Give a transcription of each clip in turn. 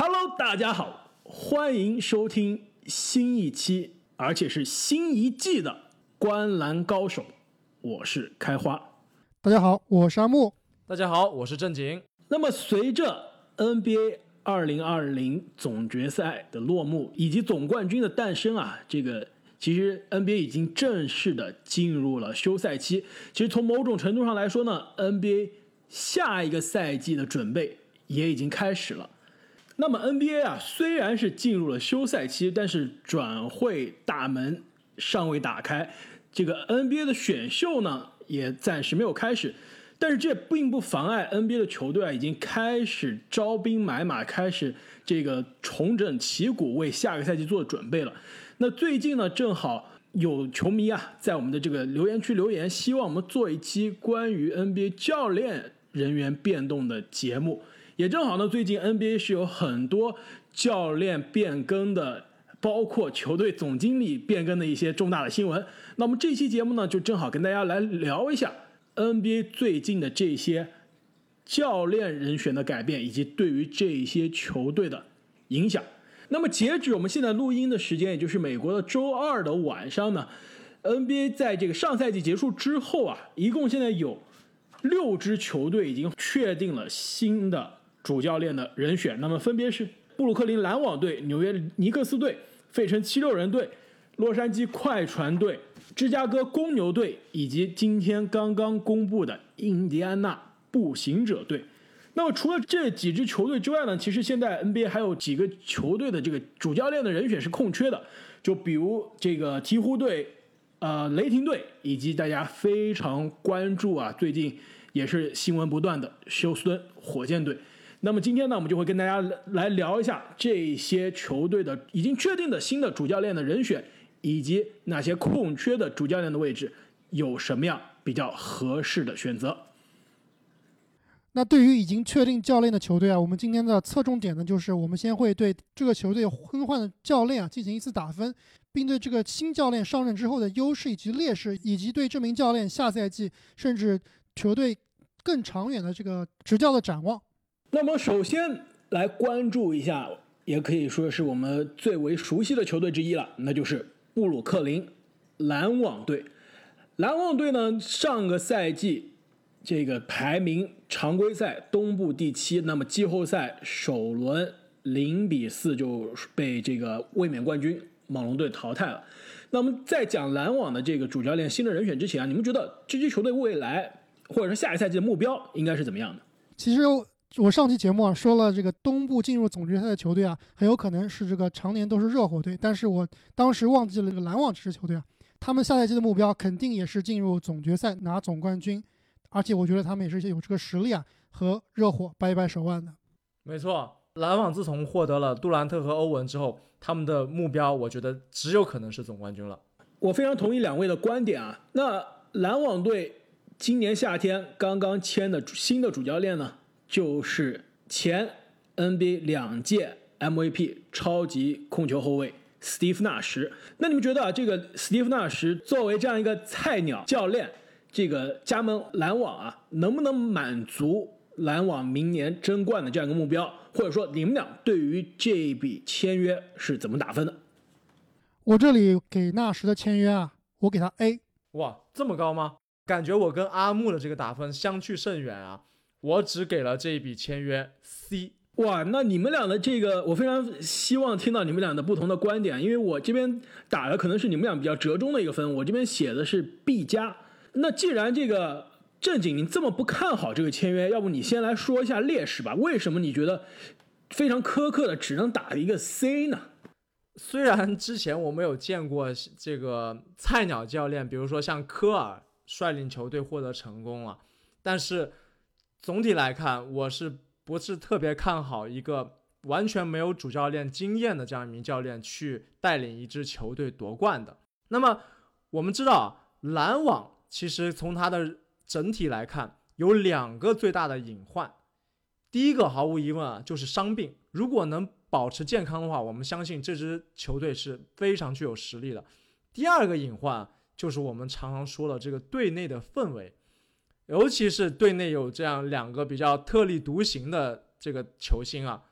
Hello， 大家好，欢迎收听新一期，而且是新一季的《观篮高手》，我是开花。 大家好，我是阿木。 大家好，我是正经。 那么随着 NBA 2020总决赛的落幕以及总冠军的诞生啊，其实 NBA 已经正式的进入了休赛期。其实从某种程度上来说呢， NBA 下一个赛季的准备也已经开始了。那么 NBA 啊，虽然是进入了休赛期，但是转会大门尚未打开，这个 NBA 的选秀呢也暂时没有开始。但是这并不妨碍 NBA 的球队啊，已经开始招兵买马，开始这个重整旗鼓，为下个赛季做准备了。那最近呢，正好有球迷啊，在我们的这个留言区留言，希望我们做一期关于 NBA 教练人员变动的节目。也正好呢，最近 NBA 是有很多教练变更的，包括球队总经理变更的一些重大的新闻。那么这期节目呢，就正好跟大家来聊一下 NBA 最近的这些教练人选的改变，以及对于这些球队的影响。那么截止我们现在录音的时间，也就是美国的周二的晚上呢， NBA 在这个上赛季结束之后啊，一共现在有6支球队已经确定了新的主教练的人选，那么分别是布鲁克林篮网队、纽约尼克斯队、费城76人队、洛杉矶快船队、芝加哥公牛队，以及今天刚刚公布的印第安纳步行者队。那么除了这几支球队之外呢，其实现在 NBA 还有几个球队的这个主教练的人选是空缺的，就比如这个鹈鹕队、雷霆队，以及大家非常关注啊，最近也是新闻不断的休斯顿火箭队。那么今天呢，我们就会跟大家来聊一下这些球队的已经确定的新的主教练的人选，以及那些空缺的主教练的位置有什么样比较合适的选择。 那对于已经确定教练的球队啊，我们今天的侧重点呢，就是我们先会对这个球队更换的教练啊进行一次打分，并对这个新教练上任之后的优势以及劣势，以及对这名教练下赛季甚至球队更长远的这个执教的展望。 那么首先来关注一下，也可以说是我们最为熟悉的球队之一了，那就是布鲁克林篮网队。篮网队呢，上个赛季这个排名常规赛东部第7，那么季后赛首轮0-4就被这个卫冕冠军猛龙队淘汰了。那么在讲篮网的这个主教练新的人选之前啊，你们觉得这支球队未来或者是下一赛季的目标应该是怎么样的？ 其实我上期节目啊说了，这个东部进入总决赛的球队啊，很有可能是这个常年都是热火队，但是我当时忘记了这个篮网这支球队啊，他们下赛季的目标肯定也是进入总决赛拿总冠军，而且我觉得他们也是有这个实力啊，和热火掰一掰手腕的。 没错，篮网自从获得了杜兰特和欧文之后，他们的目标我觉得只有可能是总冠军了。 我非常同意两位的观点啊。那篮网队今年夏天刚刚签的新的主教练呢，就是前 NBA 2届 MVP 超级控球后卫史蒂夫纳什。那你们觉得啊，这个史蒂夫纳什作为这样一个菜鸟教练，这个加盟篮网啊，能不能满足篮网明年争冠的这样一个目标？或者说你们俩对于这笔签约是怎么打分的？ 我这里给纳什的签约啊，我给他 A。 哇，这么高吗？感觉我跟阿木的这个打分相去甚远啊，我只给了这一笔签约 C。 哇，那你们俩的这个，我非常希望听到你们俩的不同的观点，因为我这边打的可能是你们俩比较折中的一个分，我这边写的是 B+。那既然这个正经你这么不看好这个签约，要不你先来说一下劣势吧？为什么你觉得非常苛刻的只能打一个 C 呢？ 虽然之前我没有见过这个菜鸟教练，比如说像科尔率领球队获得成功了，但是总体来看，我是不是特别看好一个完全没有主教练经验的这样一名教练去带领一支球队夺冠的？那么我们知道，篮网其实从它的整体来看有2个最大的隐患。第一个毫无疑问啊，就是伤病。如果能保持健康的话，我们相信这支球队是非常具有实力的。第二个隐患就是我们常常说的这个队内的氛围，尤其是队内有这样2个比较特立独行的这个球星啊，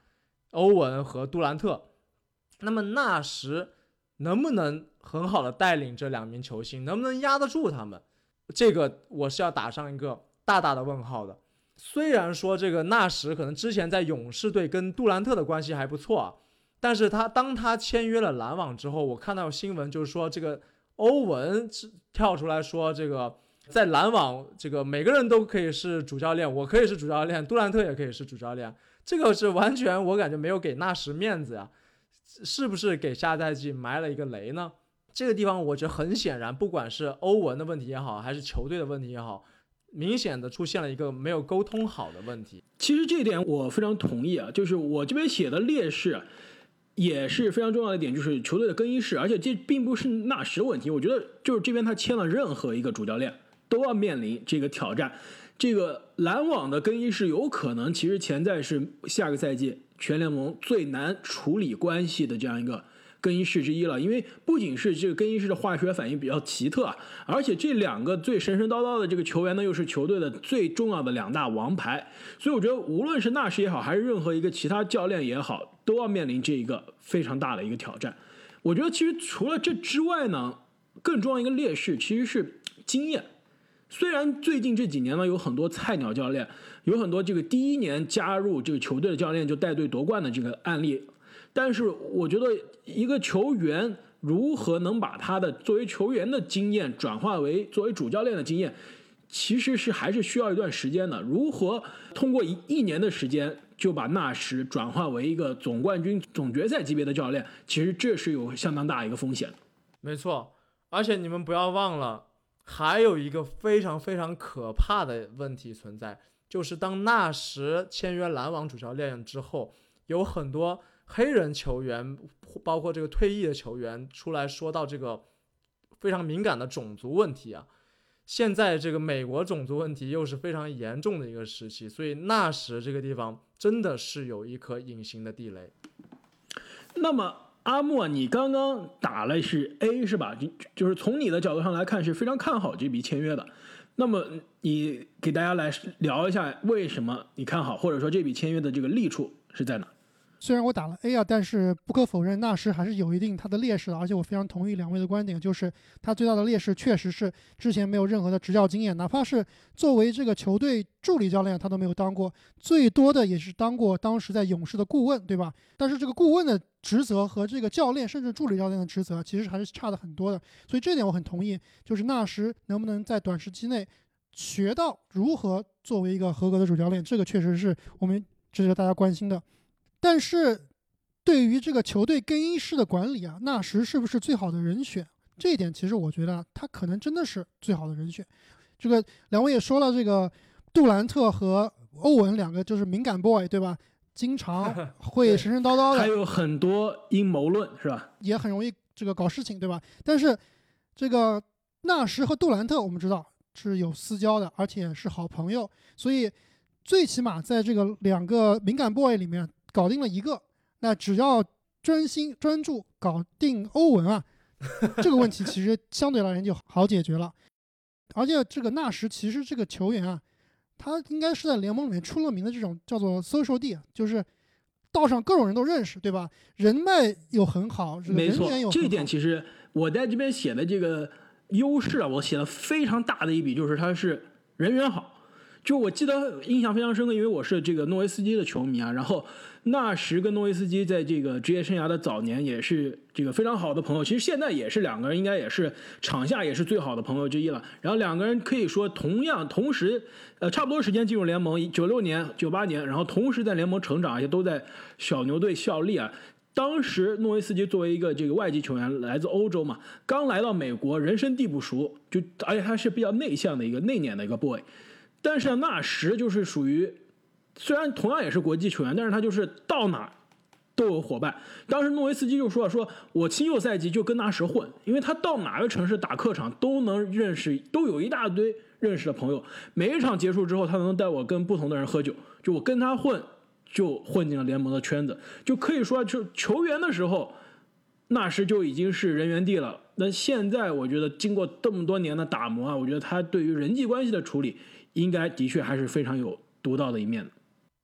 欧文和杜兰特。那么纳什能不能很好的带领这2名球星，能不能压得住他们，这个我是要打上一个大大的问号的。虽然说这个纳什可能之前在勇士队跟杜兰特的关系还不错啊，但是当他签约了篮网之后，我看到新闻就是说这个欧文跳出来说，这个在篮网这个每个人都可以是主教练，我可以是主教练，杜兰特也可以是主教练，这个是完全我感觉没有给纳什面子呀，是不是给下赛季埋了一个雷呢？这个地方我觉得很显然，不管是欧文的问题也好，还是球队的问题也好，明显的出现了一个没有沟通好的问题。 其实这一点我非常同意啊，就是我这边写的劣势也是非常重要的一点，就是球队的更衣室，而且这并不是纳什问题，我觉得就是这边他签了任何一个主教练都要面临这个挑战。这个篮网的更衣室有可能其实潜在是下个赛季全联盟最难处理关系的这样一个更衣室之一了，因为不仅是这个更衣室的化学反应比较奇特，而且这2个最神神叨叨的这个球员呢，又是球队的最重要的2大王牌，所以我觉得无论是纳什也好，还是任何一个其他教练也好，都要面临这一个非常大的一个挑战。我觉得其实除了这之外呢，更重要一个劣势其实是经验。虽然最近这几年呢，有很多菜鸟教练，有很多这个第1年加入这个球队的教练就带队夺冠的这个案例，但是我觉得一个球员如何能把他的作为球员的经验转化为作为主教练的经验，其实是还是需要一段时间的。如何通过一年的时间就把纳什转化为一个总冠军、总决赛级别的教练，其实这是有相当大一个风险。 没错，而且你们不要忘了，还有一个非常非常可怕的问题存在，就是当纳什签约篮网主教练之后，有很多黑人球员，包括这个退役的球员出来说到这个非常敏感的种族问题啊。现在这个美国种族问题又是非常严重的一个时期，所以纳什这个地方真的是有一颗隐形的地雷。 那么阿莫，你刚刚打了是 A 是吧？就是从你的角度上来看是非常看好这笔签约的。那么你给大家来聊一下为什么你看好，或者说这笔签约的这个利处是在哪？ 虽然我打了 A 啊，但是不可否认纳什还是有一定他的劣势的，而且我非常同意2位的观点，就是他最大的劣势确实是之前没有任何的执教经验，哪怕是作为这个球队助理教练他都没有当过，最多的也是当过当时在勇士的顾问，对吧？但是这个顾问的职责和这个教练甚至助理教练的职责其实还是差的很多的，所以这点我很同意，就是纳什能不能在短时期内学到如何作为一个合格的主教练，这个确实是我们值得大家关心的。但是对于这个球队更衣室的管理啊，纳什是不是最好的人选？这一点其实我觉得他可能真的是最好的人选。这个2位也说了，这个杜兰特和欧文2个就是敏感 boy， 对吧？经常会神神叨叨的， 还有很多阴谋论是吧？ 也很容易这个搞事情，对吧？但是这个纳什和杜兰特我们知道是有私交的，而且是好朋友，所以最起码在这个2个敏感 boy 里面搞定了一个，那只要专心专注搞定欧文啊，这个问题其实相对而言就好解决了。而且这个纳什其实这个球员啊，他应该是在联盟里面出了名的这种叫做 social D， 就是道上各种人都认识，对吧？人脉又很好，这个人缘又很好。 这一点其实我在这边写的这个优势啊，我写了非常大的一笔，就是他是人缘好。就我记得印象非常深刻，因为我是这个诺维斯基的球迷啊，然后纳什跟诺维斯基在这个职业生涯的早年也是这个非常好的朋友，其实现在也是2个人应该也是场下也是最好的朋友之一了。然后2个人可以说同时差不多时间进入联盟，96年98年，然后同时在联盟成长，也都在小牛队效力啊。当时诺维斯基作为一个这个外籍球员来自欧洲嘛，刚来到美国，人生地不熟，而且他是比较内向的一个内敛的一个 boy。但是纳什就是属于，虽然同样也是国际球员，但是他就是到哪都有伙伴。当时诺维斯基就说我新秀赛季就跟纳什混，因为他到哪个城市打客场都能认识，都有一大堆认识的朋友。每一场结束之后，他能带我跟不同的人喝酒，就我跟他混，就混进了联盟的圈子。就可以说，就球员的时候，纳什就已经是人缘地了。那现在我觉得经过这么多年的打磨啊，我觉得他对于人际关系的处理，应该的确还是非常有独到的一面的。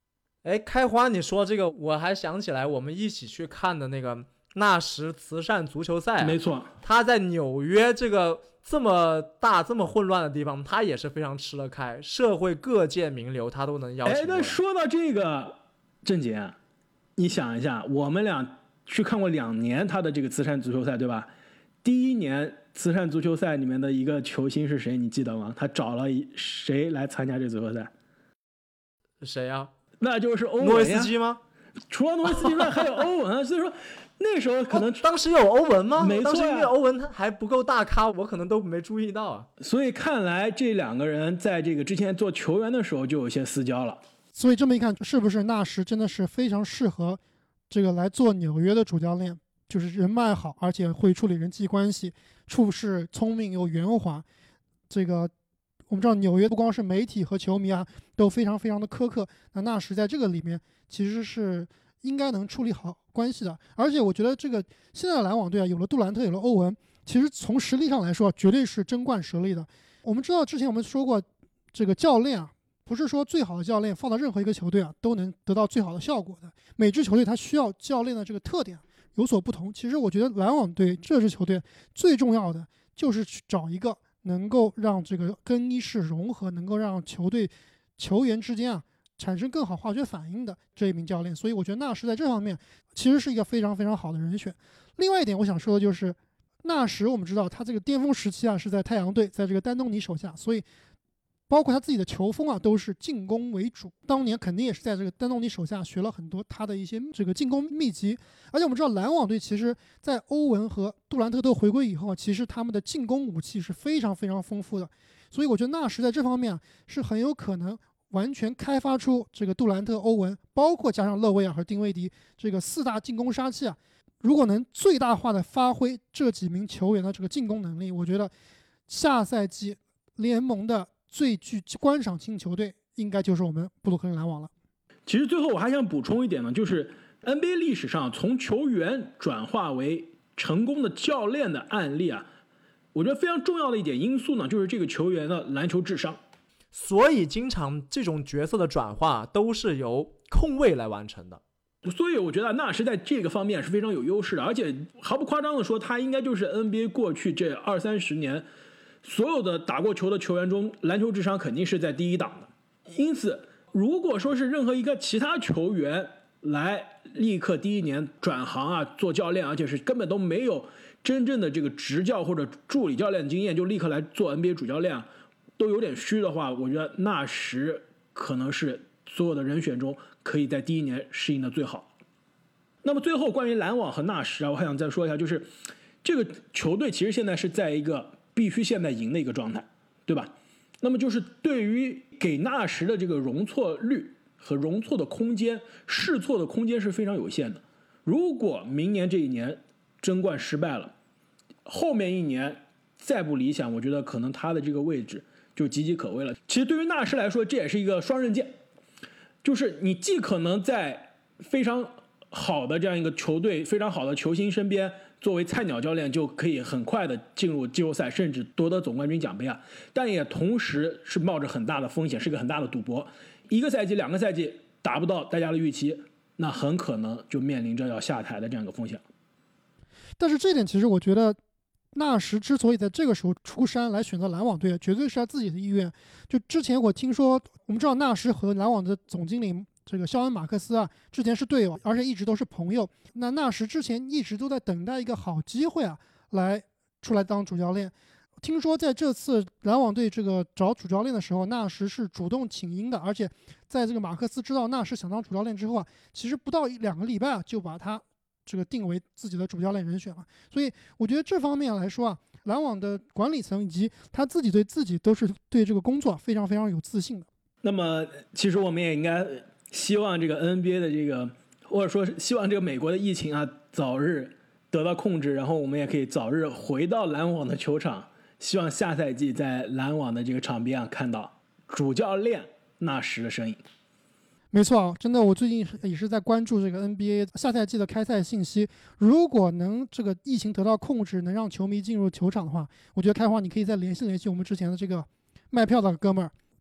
哎，开花，你说这个，我还想起来我们一起去看的那个纳什慈善足球赛、 没错， 他在纽约这个这么大、这么混乱的地方，他也是非常吃得开，社会各界名流他都能邀请过来。 那说到这个，郑杰，你想一下，我们俩去看过2年他的这个慈善足球赛，对吧？第1年慈善足球赛里面的一个球星是谁？你记得吗？他找了谁来参加这足球赛？ 谁呀、 那就是欧文呀。 诺维斯基吗？ 除了诺维斯基之外，还有欧文啊。所以说那时候可能、 当时有欧文吗？ 没错呀， 当时因为欧文他还不够大咖，我可能都没注意到啊。 所以看来这2个人在这个之前做球员的时候就有些私交了。 所以这么一看，是不是纳什真的是非常适合这个来做纽约的主教练？就是人脉好，而且会处理人际关系，处事聪明又圆滑。这个我们知道纽约不光是媒体和球迷啊，都非常非常的苛刻。那纳什在这个里面其实是应该能处理好关系的。而且我觉得这个现在的篮网队啊，有了杜兰特，有了欧文，其实从实力上来说，绝对是争冠实力的。我们知道之前我们说过，这个教练啊，不是说最好的教练放到任何一个球队啊都能得到最好的效果的。每支球队它需要教练的这个特点有所不同。其实我觉得篮网队这支球队最重要的就是去找一个能够让这个更衣室融合，能够让球队球员之间啊产生更好化学反应的这一名教练。所以我觉得纳什在这方面其实是一个非常非常好的人选。另外一点我想说的就是，纳什我们知道他这个巅峰时期啊是在太阳队，在这个丹东尼手下，所以包括他自己的球风啊，都是进攻为主。当年肯定也是在这个丹东尼手下学了很多他的一些这个进攻秘籍。而且我们知道篮网队其实在欧文和杜兰特都回归以后，其实他们的进攻武器是非常非常丰富的。所以我觉得纳什在这方面啊是很有可能完全开发出这个杜兰特、欧文，包括加上勒维尔和丁威迪这个4大进攻杀器啊。如果能最大化的发挥这几名球员的这个进攻能力，我觉得下赛季联盟的最具观赏性球队应该就是我们布鲁克林篮网了。 其实最后我还想补充一点呢，就是 NBA 历史上从球员转化为成功的教练的案例啊，我觉得非常重要的一点因素呢，就是这个球员的篮球智商。 所以经常这种角色的转化都是由控卫来完成的。 所以我觉得纳什在这个方面是非常有优势的，而且毫不夸张的说，他应该就是 NBA 过去这20-30年所有的打过球的球员中，篮球智商肯定是在第一档的。因此如果说是任何一个其他球员来立刻第1年转行啊做教练，而且是根本都没有真正的这个执教或者助理教练经验，就立刻来做 NBA 主教练啊，都有点虚的话，我觉得纳什可能是所有的人选中可以在第1年适应的最好。那么最后关于篮网和纳什啊，我还想再说一下，就是这个球队其实现在是在一个必须现在赢的一个状态，对吧？那么就是对于给纳什的这个容错率和容错的空间、试错的空间是非常有限的。如果明年这1年争冠失败了，后面1年再不理想，我觉得可能他的这个位置就岌岌可危了。其实对于纳什来说，这也是一个双刃剑，就是你既可能在非常好的这样一个球队、非常好的球星身边作为菜鸟教练，就可以很快的进入季后赛，甚至夺得总冠军奖杯啊，但也同时是冒着很大的风险，是个很大的赌博。1个赛季、2个赛季达不到大家的预期，那很可能就面临着要下台的这样一个风险。 但是这点其实我觉得纳什之所以在这个时候出山来选择篮网队，绝对是他自己的意愿。就之前我听说，我们知道纳什和篮网的总经理这个肖恩·马克斯啊，之前是队友，而且一直都是朋友。那纳什之前一直都在等待一个好机会啊，来出来当主教练。听说在这次篮网队这个找主教练的时候，纳什是主动请缨的，而且在这个马克斯知道纳什想当主教练之后啊，其实不到2个礼拜啊，就把他这个定为自己的主教练人选了。所以我觉得这方面来说啊，篮网的管理层以及他自己对自己都是对这个工作非常非常有自信的。 那么其实我们也应该希望这个 NBA 的这个，或者说希望这个美国的疫情啊早日得到控制，然后我们也可以早日回到篮网的球场，希望下赛季在篮网的这个场边啊看到主教练纳什的身影。 没错，真的，我最近也是在关注这个 NBA 下赛季的开赛信息。如果能这个疫情得到控制，能让球迷进入球场的话，我觉得开花你可以再联系联系我们之前的这个卖票的哥们儿，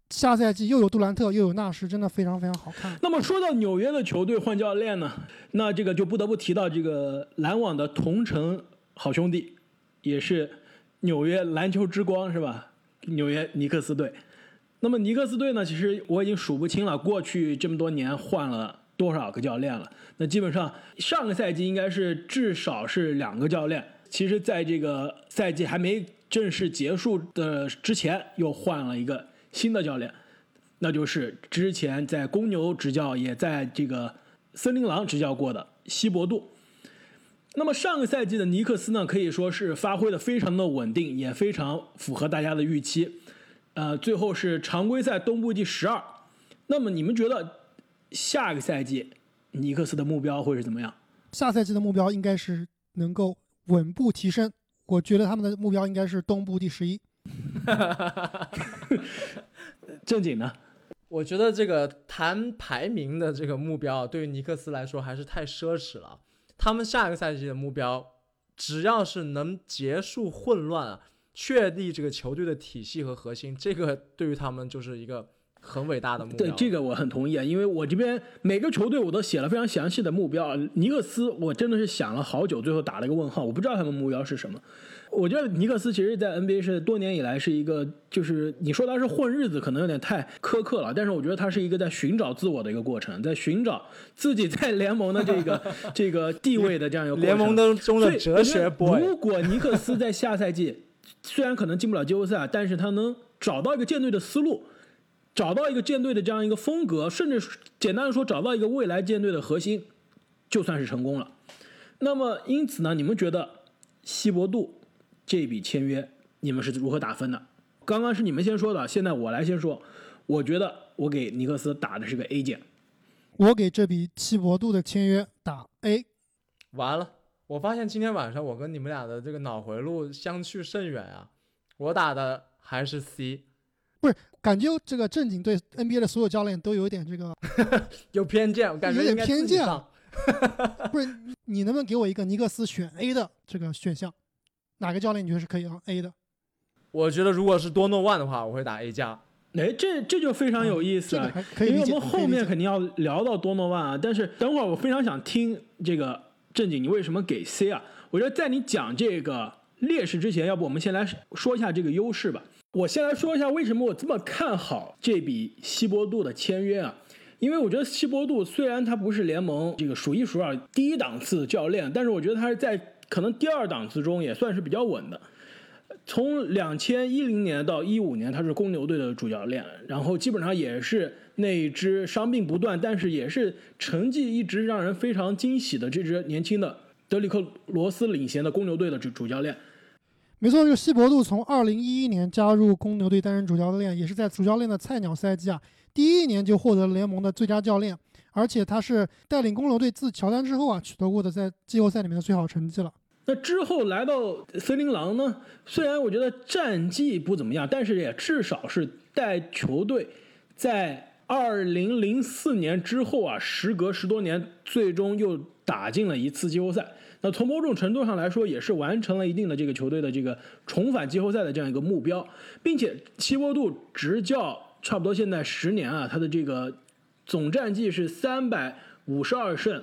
下赛季又有杜兰特又有纳什，真的非常非常好看。 那么说到纽约的球队换教练呢，那这个就不得不提到这个篮网的同城好兄弟，也是纽约篮球之光是吧？纽约尼克斯队。那么尼克斯队呢，其实我已经数不清了，过去这么多年换了多少个教练了。那基本上上个赛季应该是至少是2个教练。其实在这个赛季还没正式结束的之前，又换了一个新的教练，那就是之前在公牛执教，也在这个森林狼执教过的希伯杜。那么上个赛季的尼克斯呢，可以说是发挥的非常的稳定，也非常符合大家的预期。最后是常规赛东部第12。那么你们觉得下个赛季尼克斯的目标会是怎么样？ 下赛季的目标应该是能够稳步提升，我觉得他们的目标应该是东部第11。 正经呢？ 我觉得这个谈排名的这个目标对于尼克斯来说还是太奢侈了。他们下个赛季的目标，只要是能结束混乱啊，确立这个球队的体系和核心，这个对于他们就是一个很伟大的目标。 对，这个我很同意啊，因为我这边每个球队我都写了非常详细的目标。尼克斯我真的是想了好久，最后打了一个问号，我不知道他们目标是什么。我觉得尼克斯其实在 NBA 是多年以来是一个，就是你说他是混日子可能有点太苛刻了，但是我觉得他是一个在寻找自我的一个过程，在寻找自己在联盟的这个地位的这样一个过程。 联盟当中的哲学 boy。 如果尼克斯在下赛季虽然可能进不了季后赛，但是他能找到一个舰队的思路，找到一个舰队的这样一个风格，甚至简单的说找到一个未来舰队的核心，就算是成功了。那么因此呢，你们觉得希伯杜这笔签约你们是如何打分的？刚刚是你们先说的，现在我来先说。我觉得我给尼克斯打的是个 A 减。 我给这笔希伯杜的签约打 A。 完了，我发现今天晚上我跟你们俩的这个脑回路相去甚远啊！我打的还是 C。 不是，感觉这个正经对 NBA 的所有教练都有点这个有偏见，我感觉应该自己上。 不是，你能不能给我一个尼克斯选 A 的这个选项？哪个教练你觉得是可以让 A 的？ 我觉得如果是多诺万的话，我会打 A 加。 哎，这就非常有意思啊， 可以理解， 因为我们后面肯定要聊到多诺万啊。但是等会儿我非常想听这个正经，你为什么给 C 啊？我觉得在你讲这个劣势之前，要不我们先来说一下这个优势吧。我先来说一下为什么我这么看好这笔希伯杜的签约啊。因为我觉得希伯杜虽然他不是联盟这个数一数二第一档次教练，但是我觉得他是在可能第2档次中也算是比较稳的。从2010年到15年，他是公牛队的主教练，然后基本上也是那支伤病不断，但是也是成绩一直让人非常惊喜的这支年轻的德里克罗斯领衔的公牛队的主教练。 没错，这个希伯杜从2011年加入公牛队担任主教练，也是在主教练的菜鸟赛季啊，第1年就获得了联盟的最佳教练，而且他是带领公牛队自乔丹之后啊取得过的在季后赛里面的最好成绩了。 那之后来到森林狼呢，虽然我觉得战绩不怎么样，但是也至少是带球队在2004年之后啊，时隔10多年，最终又打进了一次季后赛。那从某种程度上来说，也是完成了一定的这个球队的这个重返季后赛的这样一个目标，并且希伯杜执教差不多现在10年啊，他的这个总战绩是352胜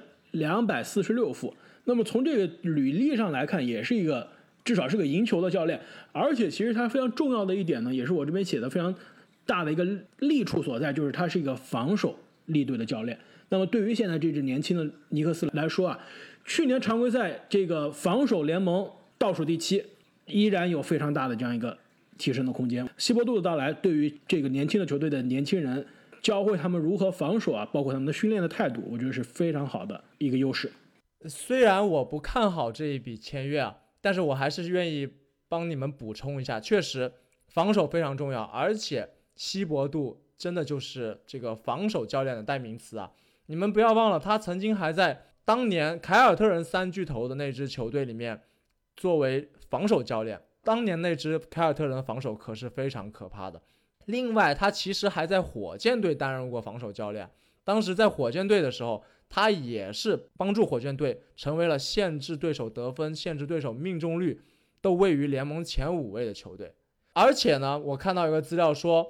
246负。那么从这个履历上来看，也是一个至少是个赢球的教练。而且其实他非常重要的一点呢，也是我这边写的非常大的一个利处所在，就是他是一个防守立队的教练。那么对于现在这支年轻的尼克斯来说啊，去年常规赛这个防守联盟倒数第7，依然有非常大的这样一个提升的空间。希伯杜的到来，对于这个年轻的球队的年轻人，教会他们如何防守啊，包括他们的训练的态度，我觉得是非常好的一个优势。 虽然我不看好这一笔签约啊，但是我还是愿意帮你们补充一下，确实防守非常重要，而且希伯杜真的就是这个防守教练的代名词啊！你们不要忘了，他曾经还在当年凯尔特人3巨头的那支球队里面作为防守教练，当年那支凯尔特人的防守可是非常可怕的。另外，他其实还在火箭队担任过防守教练，当时在火箭队的时候，他也是帮助火箭队成为了限制对手得分、限制对手命中率都位于联盟前5位的球队。而且呢，我看到一个资料说，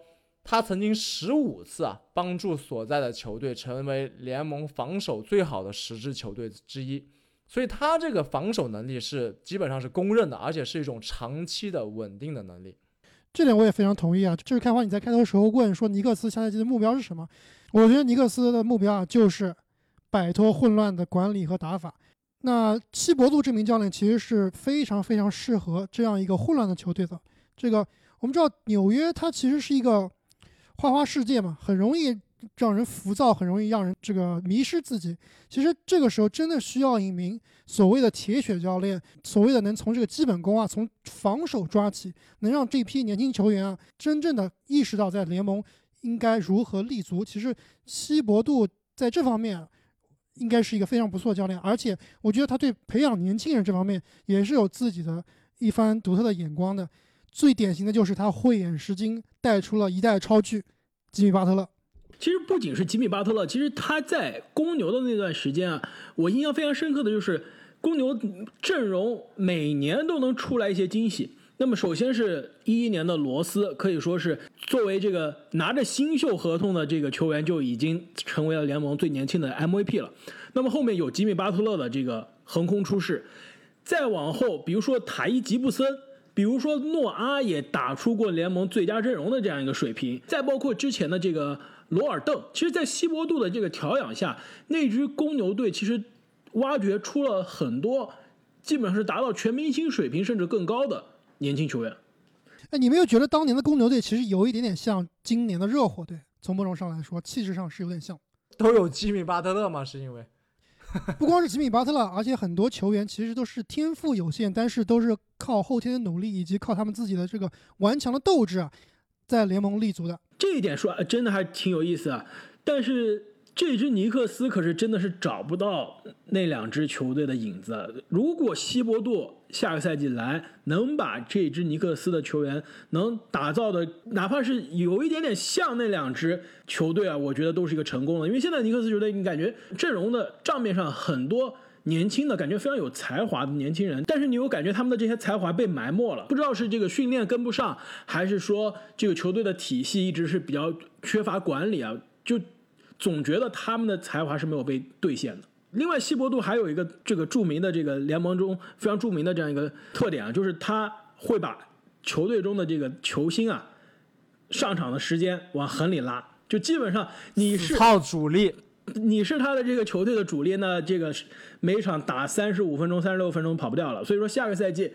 他曾经15次帮助所在的球队成为联盟防守最好的10支球队之一，所以他这个防守能力是基本上是公认的，而且是一种长期的稳定的能力。 这点我也非常同意啊。就是开花你在开头时候问说尼克斯下赛季的目标是什么，我觉得尼克斯的目标就是摆脱混乱的管理和打法。那希伯杜这名教练其实是非常非常适合这样一个混乱的球队的。这个我们知道纽约它其实是一个花花世界嘛，很容易让人浮躁，很容易让人这个迷失自己。其实这个时候真的需要一名所谓的铁血教练，所谓的能从这个基本功从防守抓起，能让这批年轻球员真正的意识到在联盟应该如何立足。其实希伯杜在这方面应该是一个非常不错的教练，而且我觉得他对培养年轻人这方面也是有自己的一番独特的眼光的。最典型的就是他慧眼识金，带出了一代超巨吉米巴特勒。 其实不仅是吉米巴特勒，其实他在公牛的那段时间我印象非常深刻的就是公牛阵容每年都能出来一些惊喜。那么首先是11年的罗斯，可以说是作为这个拿着新秀合同的这个球员就已经成为了联盟最年轻的 MVP 了。那么后面有吉米巴特勒的这个横空出世，再往后比如说塔伊吉布森，比如说诺阿也打出过联盟最佳阵容的这样一个水平，再包括之前的这个罗尔邓。其实在希伯杜的这个调养下，那支公牛队其实挖掘出了很多基本上是达到全明星水平甚至更高的年轻球员。 你没有觉得当年的公牛队其实有一点点像今年的热火队？从某种上来说，气质上是有点像。 都有吉米巴特勒吗？是因为不光是吉米巴特勒，而且很多球员其实都是天赋有限，但是都是靠后天的努力以及靠他们自己的这个顽强的斗志在联盟立足的。 这一点说真的还挺有意思但是这支尼克斯可是真的是找不到那2支球队的影子。如果希伯杜下个赛季来能把这支尼克斯的球员能打造的哪怕是有一点点像那2支球队我觉得都是一个成功的。因为现在尼克斯球队你感觉阵容的账面上很多年轻的感觉非常有才华的年轻人，但是你有感觉他们的这些才华被埋没了，不知道是这个训练跟不上，还是说这个球队的体系一直是比较缺乏管理就总觉得他们的才华是没有被兑现的。另外希伯杜还有一个这个著名的这个联盟中非常著名的这样一个特点就是他会把球队中的这个球星上场的时间往狠里拉，就基本上你是靠主力， 你是他的这个球队的主力，那这个每场打35分钟36分钟跑不掉了。所以说下个赛季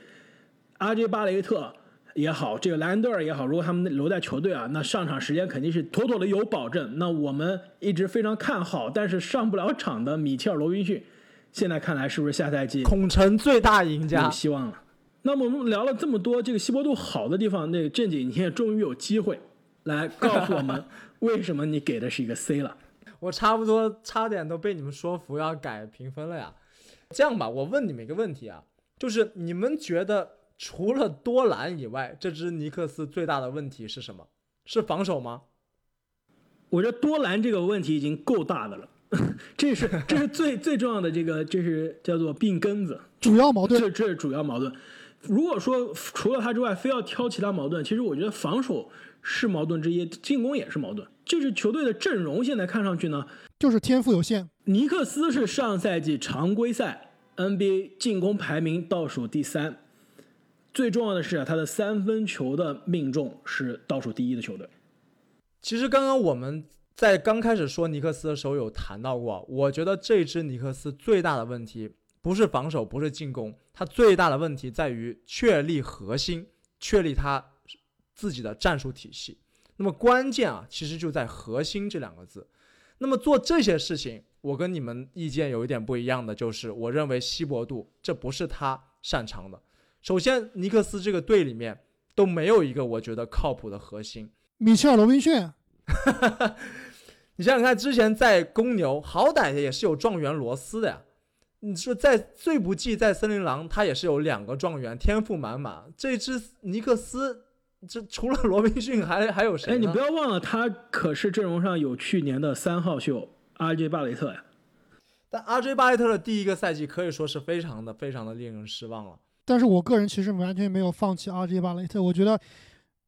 RJ 巴雷特也好，这个莱安德尔也好，如果他们留在球队那上场时间肯定是妥妥的有保证。那我们一直非常看好但是上不了场的米切尔罗宾逊，现在看来是不是下赛季恐成最大赢家？ 有希望了。那么我们聊了这么多这个希伯杜好的地方，那个正经你也终于有机会来告诉我们为什么你给的是一个 C 了。 我差点都被你们说服要改评分了呀。这样吧，我问你们一个问题就是你们觉得除了多兰以外，这支尼克斯最大的问题是什么？是防守吗？ 我觉得多兰这个问题已经够大的了，这是最重要的这是叫做病根子， 主要矛盾。 这是主要矛盾。如果说除了他之外非要挑其他矛盾，其实我觉得防守是矛盾之一，进攻也是矛盾。就是球队的阵容现在看上去呢， 就是天赋有限。 尼克斯是上赛季常规赛 NBA 进攻排名倒数第3，最重要的是他的3分球的命中是倒数第1的球队。 其实刚刚我们在刚开始说尼克斯的时候有谈到过，我觉得这支尼克斯最大的问题不是防守，不是进攻，他最大的问题在于确立核心，确立他自己的战术体系。那么关键其实就在核心这2个字。那么做这些事情，我跟你们意见有一点不一样的，就是我认为希伯杜这不是他擅长的。首先尼克斯这个队里面都没有一个我觉得靠谱的核心。 米切尔罗宾逊你想想看，之前在公牛好歹也是有状元罗斯的呀，你说在最不济在森林狼他也是有2个状元，天赋满满。这支尼克斯这除了罗宾逊还有谁呢？ 你不要忘了他可是阵容上有去年的3号秀 RJ 巴雷特呀。 但 RJ 巴雷特的第1个赛季可以说是非常的令人失望了。 但是我个人其实完全没有放弃 RJ 巴雷特，我觉得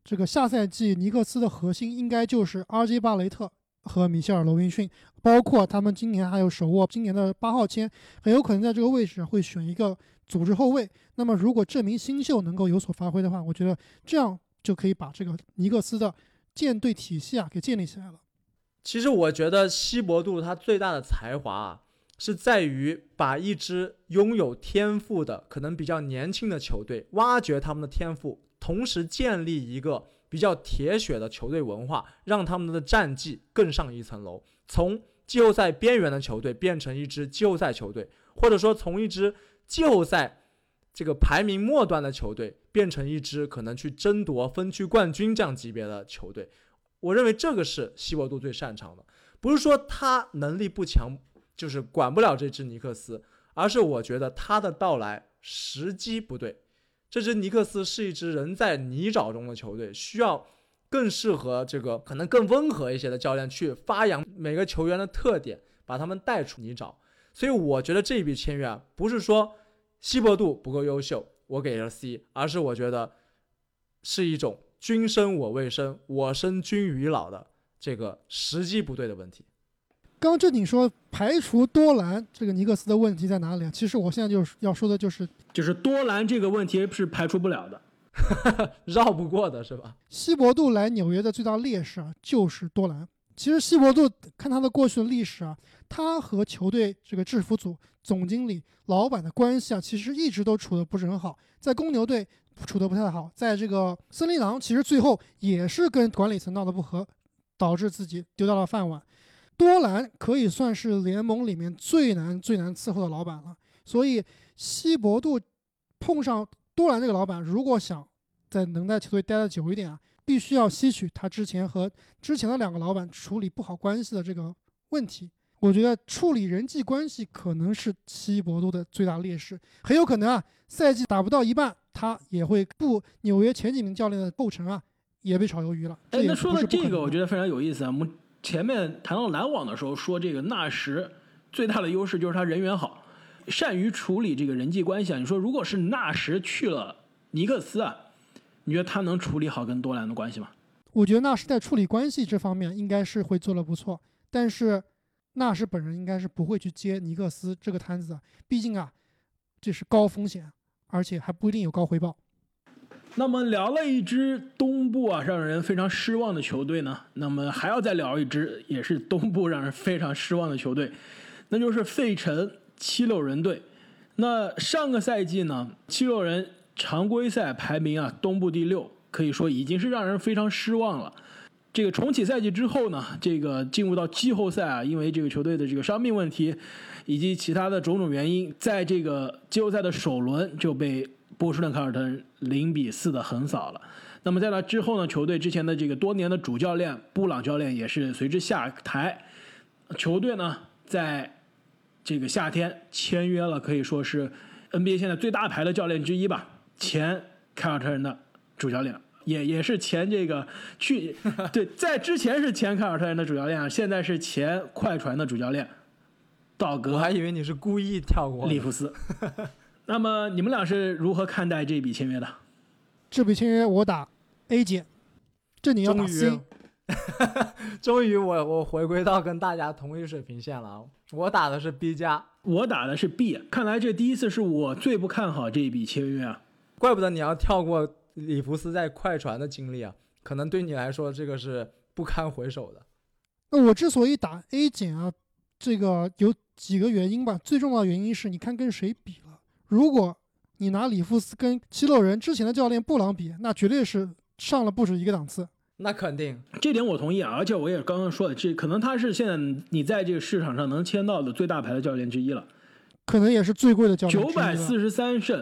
这个下赛季尼克斯的核心应该就是 RJ 巴雷特和米切尔·罗宾逊，包括他们今年还有手握今年的8号签，很有可能在这个位置上会选一个组织后卫。那么如果这名新秀能够有所发挥的话，我觉得这样就可以把这个尼克斯的舰队体系给建立起来了。 其实我觉得希伯杜他最大的才华是在于把一支拥有天赋的可能比较年轻的球队挖掘他们的天赋，同时建立一个比较铁血的球队文化，让他们的战绩更上一层楼，从季后赛边缘的球队变成一支季后赛球队，或者说从一支季后赛这个排名末端的球队变成一支可能去争夺分区冠军这样级别的球队。我认为这个是希伯杜最擅长的，不是说他能力不强就是管不了这支尼克斯，而是我觉得他的到来时机不对。这支尼克斯是一支人在泥沼中的球队，需要更适合这个可能更温和一些的教练去发扬每个球员的特点，把他们带出泥沼。所以我觉得这一笔签约不是说希伯杜不够优秀我给了 C， 而是我觉得是一种君生我未生，我生君与老的这个时机不对的问题。 刚刚正经说排除多兰这个尼克斯的问题在哪里啊？其实我现在就要说的就是多兰这个问题是排除不了的， 绕不过的是吧？ 希伯杜来纽约的最大劣势就是多兰。其实希伯杜看他的过去的历史他和球队这个制服组、总经理、老板的关系其实一直都处得不是很好。在公牛队处得不太好，在这个森林狼其实最后也是跟管理层闹得不和，导致自己丢掉了饭碗。多兰可以算是联盟里面最难伺候的老板了，所以希伯杜碰上多兰这个老板，如果想能在球队待得久一点必须要吸取他之前和之前的2个老板处理不好关系的这个问题。我觉得处理人际关系可能是希伯杜的最大劣势，很有可能赛季打不到一半，他也会步纽约前几名教练的后尘也被炒鱿鱼了。 那说到这个，我觉得非常有意思我们前面谈到篮网的时候说，这个纳什最大的优势就是他人缘好，善于处理这个人际关系你说如果是纳什去了尼克斯你觉得他能处理好跟多兰的关系吗？ 我觉得纳什在处理关系这方面应该是会做得不错，但是纳什本人应该是不会去接尼克斯这个摊子毕竟这是高风险，而且还不一定有高回报。 那么聊了一支东部让人非常失望的球队呢，那么还要再聊一支也是东部让人非常失望的球队，那就是费城七六人队。那上个赛季呢，七六人常规赛排名东部第6，可以说已经是让人非常失望了。这个重启赛季之后呢，这个进入到季后赛因为这个球队的这个伤病问题以及其他的种种原因，在这个季后赛的首轮就被波士顿凯尔特人0-4的横扫了。那么在那之后呢，球队之前的这个多年的主教练布朗教练也是随之下台，球队呢在这个夏天签约了可以说是 NBA 现在最大牌的教练之一吧，前凯尔特人的主教练，也是前这个对，在之前是前凯尔特人的主教练，现在是前快船的主教练道格。 我还以为你是故意跳过利弗斯。那么你们俩是如何看待这笔签约的？ 这笔签约我打 A 减，这你要打 C。 终于我回归到跟大家同一水平线了，我打的是 B 加， 我打的是 B。看来这第一次是我最不看好这一笔签约怪不得你要跳过里弗斯在快船的经历可能对你来说这个是不堪回首的。 那我之所以打 A 减这个有几个原因吧，最重要的原因是你看跟谁比了。如果你拿里弗斯跟七六人之前的教练布朗比，那绝对是上了不止一个档次。 那肯定， 这点我同意而且我也刚刚说的，这可能他是现在你在这个市场上能签到的最大牌的教练之一了， 可能也是最贵的教练之一了。 943胜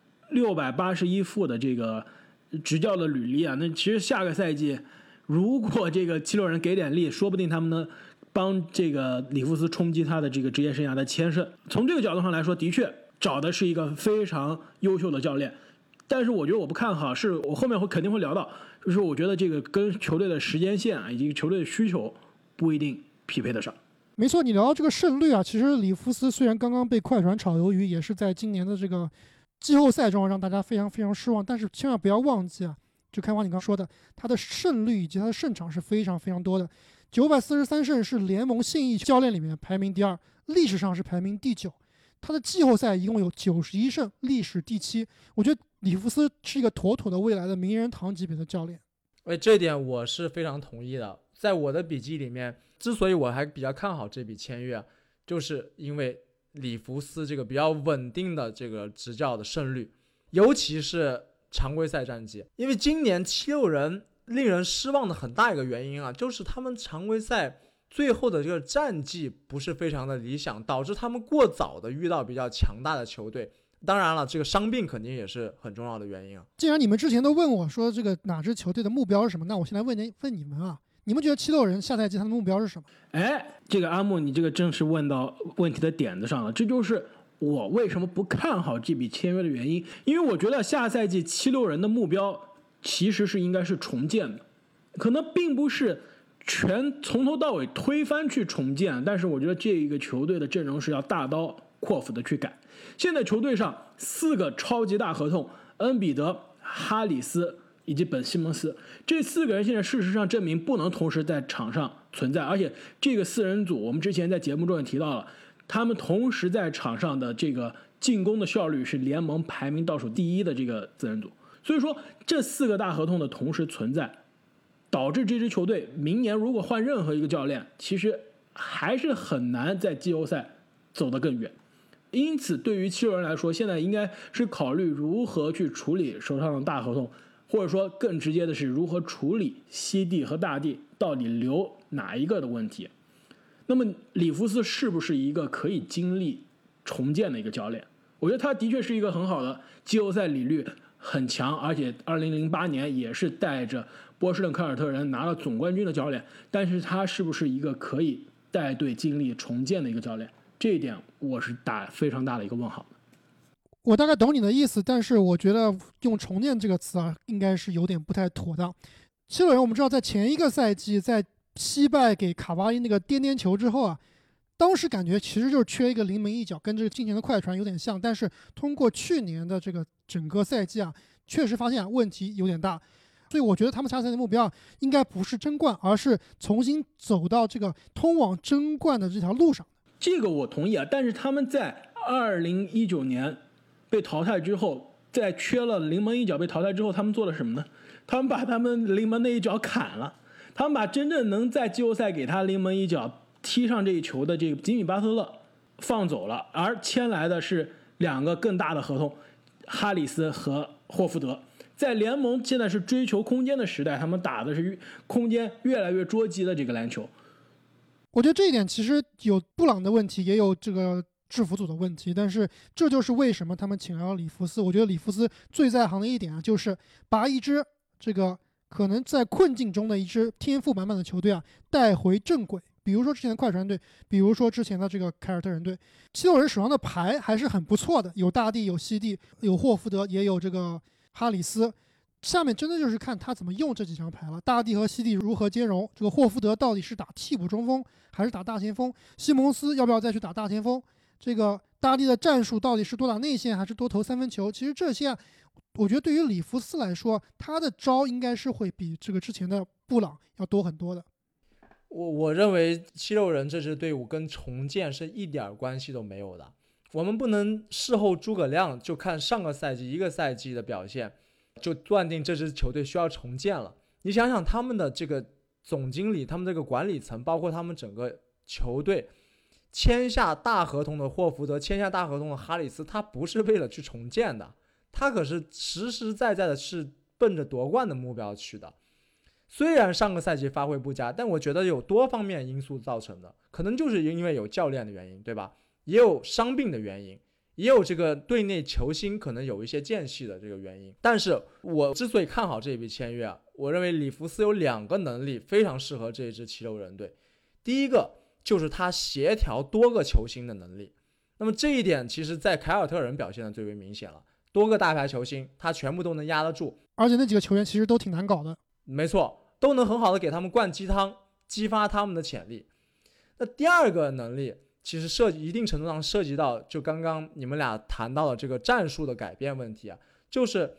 681负的这个执教的履历那其实下个赛季如果这个七六人给点力，说不定他们能帮这个里弗斯冲击他的这个职业生涯的签胜。从这个角度上来说，的确找的是一个非常优秀的教练，但是我觉得我不看好，是我后面肯定会聊到，就是我觉得这个跟球队的时间线以及球队的需求不一定匹配得上。 没错，你聊到这个胜率其实里弗斯虽然刚刚被快船炒鱿鱼，也是在今年的这个季后赛中让大家非常非常失望，但是千万不要忘记就开花你刚说的，他的胜率以及他的胜场是非常非常多的，943胜是联盟现役教练里面排名第2，历史上是排名第9。他的季后赛一共有91胜，历史第7。我觉得里弗斯是一个妥妥的未来的名人堂级别的教练。 这点我是非常同意的。在我的笔记里面，之所以我还比较看好这笔签约，就是因为里弗斯这个比较稳定的这个执教的胜率，尤其是常规赛战绩。因为今年76人令人失望的很大一个原因啊，就是他们常规赛最后的这个战绩不是非常的理想，导致他们过早的遇到比较强大的球队。当然了，这个伤病肯定也是很重要的原因啊。 既然你们之前都问我说这个哪支球队的目标是什么，那我现在问你们啊，你们觉得76人下赛季他的目标是什么？ 这个阿木，你这个正是问到问题的点子上了，这就是我为什么不看好这笔签约的原因。因为我觉得下赛季76人的目标其实是应该是重建的，可能并不是全从头到尾推翻去重建，但是我觉得这一个球队的阵容是要大刀阔斧的去改。现在球队上4个超级大合同，恩比德、哈里斯以及本西蒙斯，这4个人现在事实上证明不能同时在场上存在，而且这个4人组我们之前在节目中也提到了，他们同时在场上的这个进攻的效率是联盟排名倒数第1的这个4人组。所以说这4个大合同的同时存在，导致这支球队明年如果换任何一个教练，其实还是很难在季后赛走得更远。因此对于76人来说，现在应该是考虑如何去处理手上的大合同，或者说更直接的是如何处理西地和大地到底留哪一个的问题。那么里弗斯是不是一个可以经历重建的一个教练？我觉得他的确是一个很好的季后赛履历很强，而且2008年也是带着波士顿凯尔特人拿了总冠军的教练，但是他是不是一个可以带队经历重建的一个教练？这一点我是打非常大的一个问号。 我大概懂你的意思，但是我觉得用重建这个词啊，应该是有点不太妥当。76人我们知道，在前一个赛季在惜败给卡巴伊那个颠颠球之后啊，当时感觉其实就是缺一个临门一脚，跟这个今年的快船有点像。但是通过去年的这个整个赛季啊，确实发现问题有点大。所以我觉得他们下赛季的目标应该不是争冠，而是重新走到这个通往争冠的这条路上。 这个我同意啊，但是他们在2019年被淘汰之后，在缺了临门一脚被淘汰之后，他们做了什么呢？他们把他们临门那一脚砍了，他们把真正能在季后赛给他临门一脚踢上这一球的这个吉米巴特勒放走了，而签来的是2个更大的合同，哈里斯和霍福德。在联盟现在是追求空间的时代，他们打的是空间越来越捉急的这个篮球。 我觉得这一点其实有布朗的问题，也有这个制服组的问题，但是这就是为什么他们请来了里弗斯。我觉得里弗斯最在行的一点啊，就是把一支这个可能在困境中的一支天赋满满的球队啊带回正轨。比如说之前的快船队，比如说之前的这个凯尔特人队，76人手上的牌还是很不错的，有大帝，有西帝，有霍福德，也有这个哈里斯。下面真的就是看他怎么用这几张牌了，大帝和西帝如何兼容，这个霍福德到底是打替补中锋还是打大前锋，西蒙斯要不要再去打大前锋，这个大帝的战术到底是多打内线还是多投3分球。其实这些我觉得对于里弗斯来说，他的招应该是会比这个之前的布朗要多很多的。 我认为76人这支队伍跟重建是一点关系都没有的。我们不能事后诸葛亮就看上个赛季一个赛季的表现就断定这支球队需要重建了。你想想他们的这个总经理，他们这个管理层，包括他们整个球队签下大合同的霍福德，签下大合同的哈里斯，他不是为了去重建的，他可是实实在在的是奔着夺冠的目标去的。虽然上个赛季发挥不佳，但我觉得有多方面因素造成的，可能就是因为有教练的原因，对吧？也有伤病的原因，也有这个队内球星可能有一些间隙的这个原因。但是我之所以看好这笔签约我认为里弗斯有2个能力非常适合这一支76人队。第一个就是他协调多个球星的能力，那么这一点其实在凯尔特人表现的最为明显了，多个大牌球星他全部都能压得住， 而且那几个球员其实都挺难搞的。 没错，都能很好的给他们灌鸡汤，激发他们的潜力。那第二个能力其实一定程度上涉及到就刚刚你们俩谈到的这个战术的改变问题就是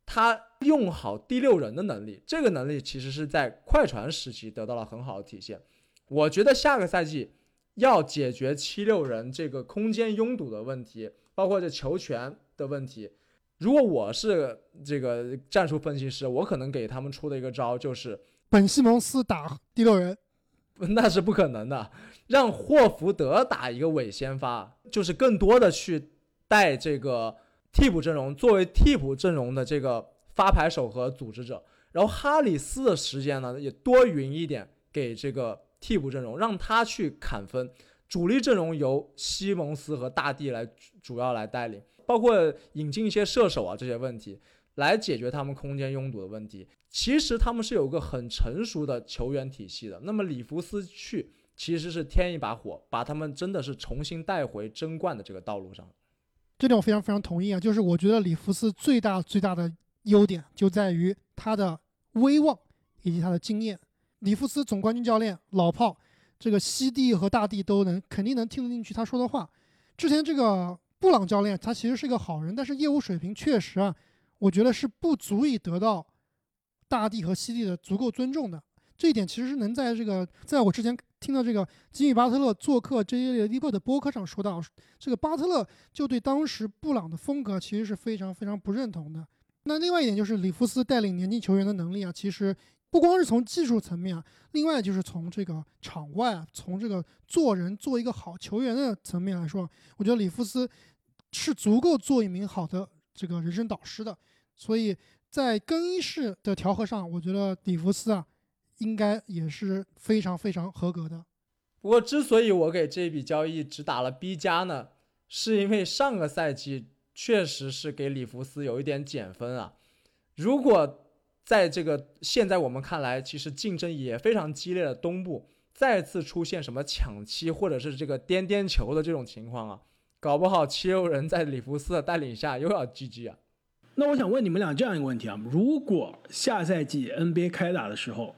他用好第六人的能力，这个能力其实是在快船时期得到了很好的体现。我觉得下个赛季要解决76人这个空间拥堵的问题，包括这球权的问题，如果我是这个战术分析师，我可能给他们出的一个招就是本西蒙斯打第六人， 那是不可能的，让霍福德打一个伪先发，就是更多的去带这个替补阵容，作为替补阵容的这个发牌手和组织者，然后哈里斯的时间呢也多匀一点给这个替补阵容，让他去砍分，主力阵容由西蒙斯和大帝来主要来带领，包括引进一些射手啊这些问题，来解决他们空间拥堵的问题。其实他们是有个很成熟的球员体系的，那么里弗斯去其实是添一把火，把他们真的是重新带回争冠的这个道路上。 这点我非常非常同意啊！就是我觉得里弗斯最大的优点就在于他的威望以及他的经验。里弗斯总冠军教练老炮，这个西帝和大帝都肯定能听得进去他说的话。之前这个布朗教练他其实是一个好人，但是业务水平确实啊，我觉得是不足以得到大帝和西帝的足够尊重的。这一点其实是能在我之前听到这个吉米巴特勒做客 J.J. 利珀的播客上说到，这个巴特勒就对当时布朗的风格其实是非常非常不认同的。那另外一点就是里弗斯带领年轻球员的能力啊，其实不光是从技术层面啊，另外就是从这个场外啊，从这个做一个好球员的层面来说，我觉得里弗斯是足够做一名好的这个人生导师的。所以在更衣室的调和上，我觉得里弗斯啊应该也是非常非常合格的。 不过之所以我给这笔交易只打了 B 加呢，是因为上个赛季确实是给里弗斯有一点减分啊。如果在这个现在我们看来其实竞争也非常激烈的东部再次出现什么抢七或者是这个颠颠球的这种情况啊，搞不好76人在里弗斯的带领下又要 GG 啊。 那我想问你们俩这样一个问题啊，如果下赛季 NBA 开打的时候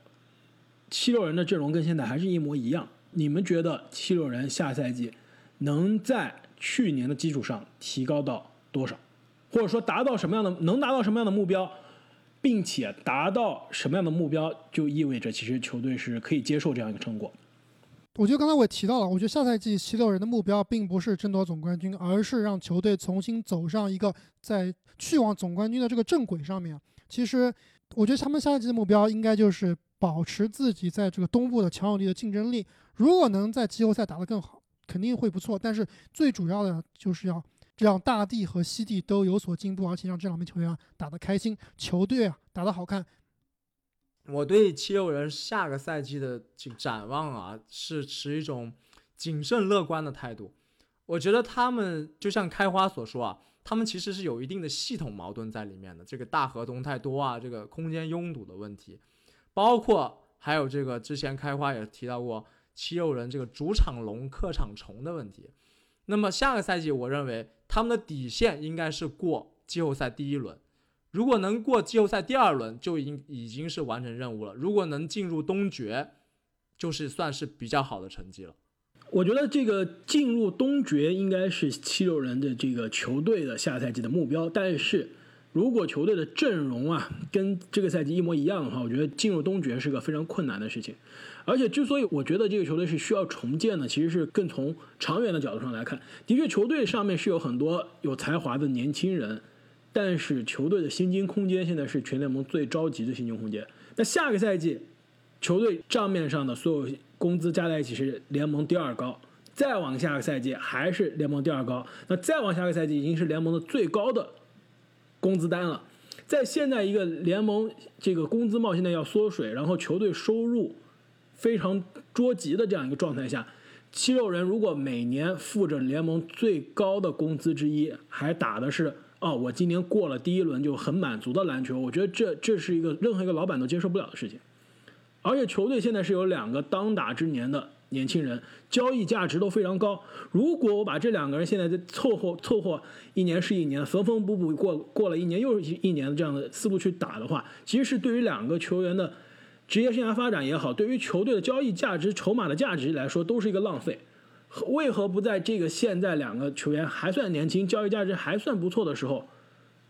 76人的阵容跟现在还是一模一样，你们觉得76人下赛季能在去年的基础上提高到多少，或者说能达到什么样的目标，并且达到什么样的目标就意味着其实球队是可以接受这样一个成果。 我觉得刚才我也提到了，我觉得下赛季76人的目标并不是争夺总冠军，而是让球队重新走上一个在去往总冠军的这个正轨上面。其实我觉得他们下赛季的目标应该就是保持自己在这个东部的强有力的竞争力，如果能在季后赛打得更好肯定会不错，但是最主要的就是要让大帝和西帝都有所进步，而且让这两名球员打得开心，球队打得好看。 我对76人下个赛季的展望啊，是持一种谨慎乐观的态度。我觉得他们就像开花所说啊，他们其实是有一定的系统矛盾在里面的，这个大合同太多啊，这个空间拥堵的问题，包括还有这个之前开花也提到过76人这个主场龙客场虫的问题。那么下个赛季我认为他们的底线应该是过季后赛第一轮，如果能过季后赛第二轮就已经是完成任务了，如果能进入东决就是算是比较好的成绩了。 我觉得这个进入东决应该是76人的这个球队的下赛季的目标，但是如果球队的阵容啊跟这个赛季一模一样的话，我觉得进入东决是个非常困难的事情。而且之所以我觉得这个球队是需要重建的，其实是更从长远的角度上来看，的确球队上面是有很多有才华的年轻人，但是球队的薪金空间现在是全联盟最着急的薪金空间。那下个赛季球队账面上的所有工资加在一起是联盟第二高，再往下个赛季还是联盟第二高，那再往下个赛季已经是联盟的最高的工资单了。在现在一个联盟这个工资帽现在要缩水，然后球队收入非常捉急的这样一个状态下，76人如果每年付着联盟最高的工资之一，还打的是我今年过了第一轮就很满足的篮球，我觉得这是一个任何一个老板都接受不了的事情。而且球队现在是有2个当打之年的年轻人，交易价值都非常高。如果我把这2个人现在凑合一年是一年，缝缝补补过了一年又是一年的这样的思路去打的话，其实是对于2个球员的职业生涯发展也好，对于球队的交易价值、筹码的价值来说，都是一个浪费。为何不在这个现在2个球员还算年轻、交易价值还算不错的时候，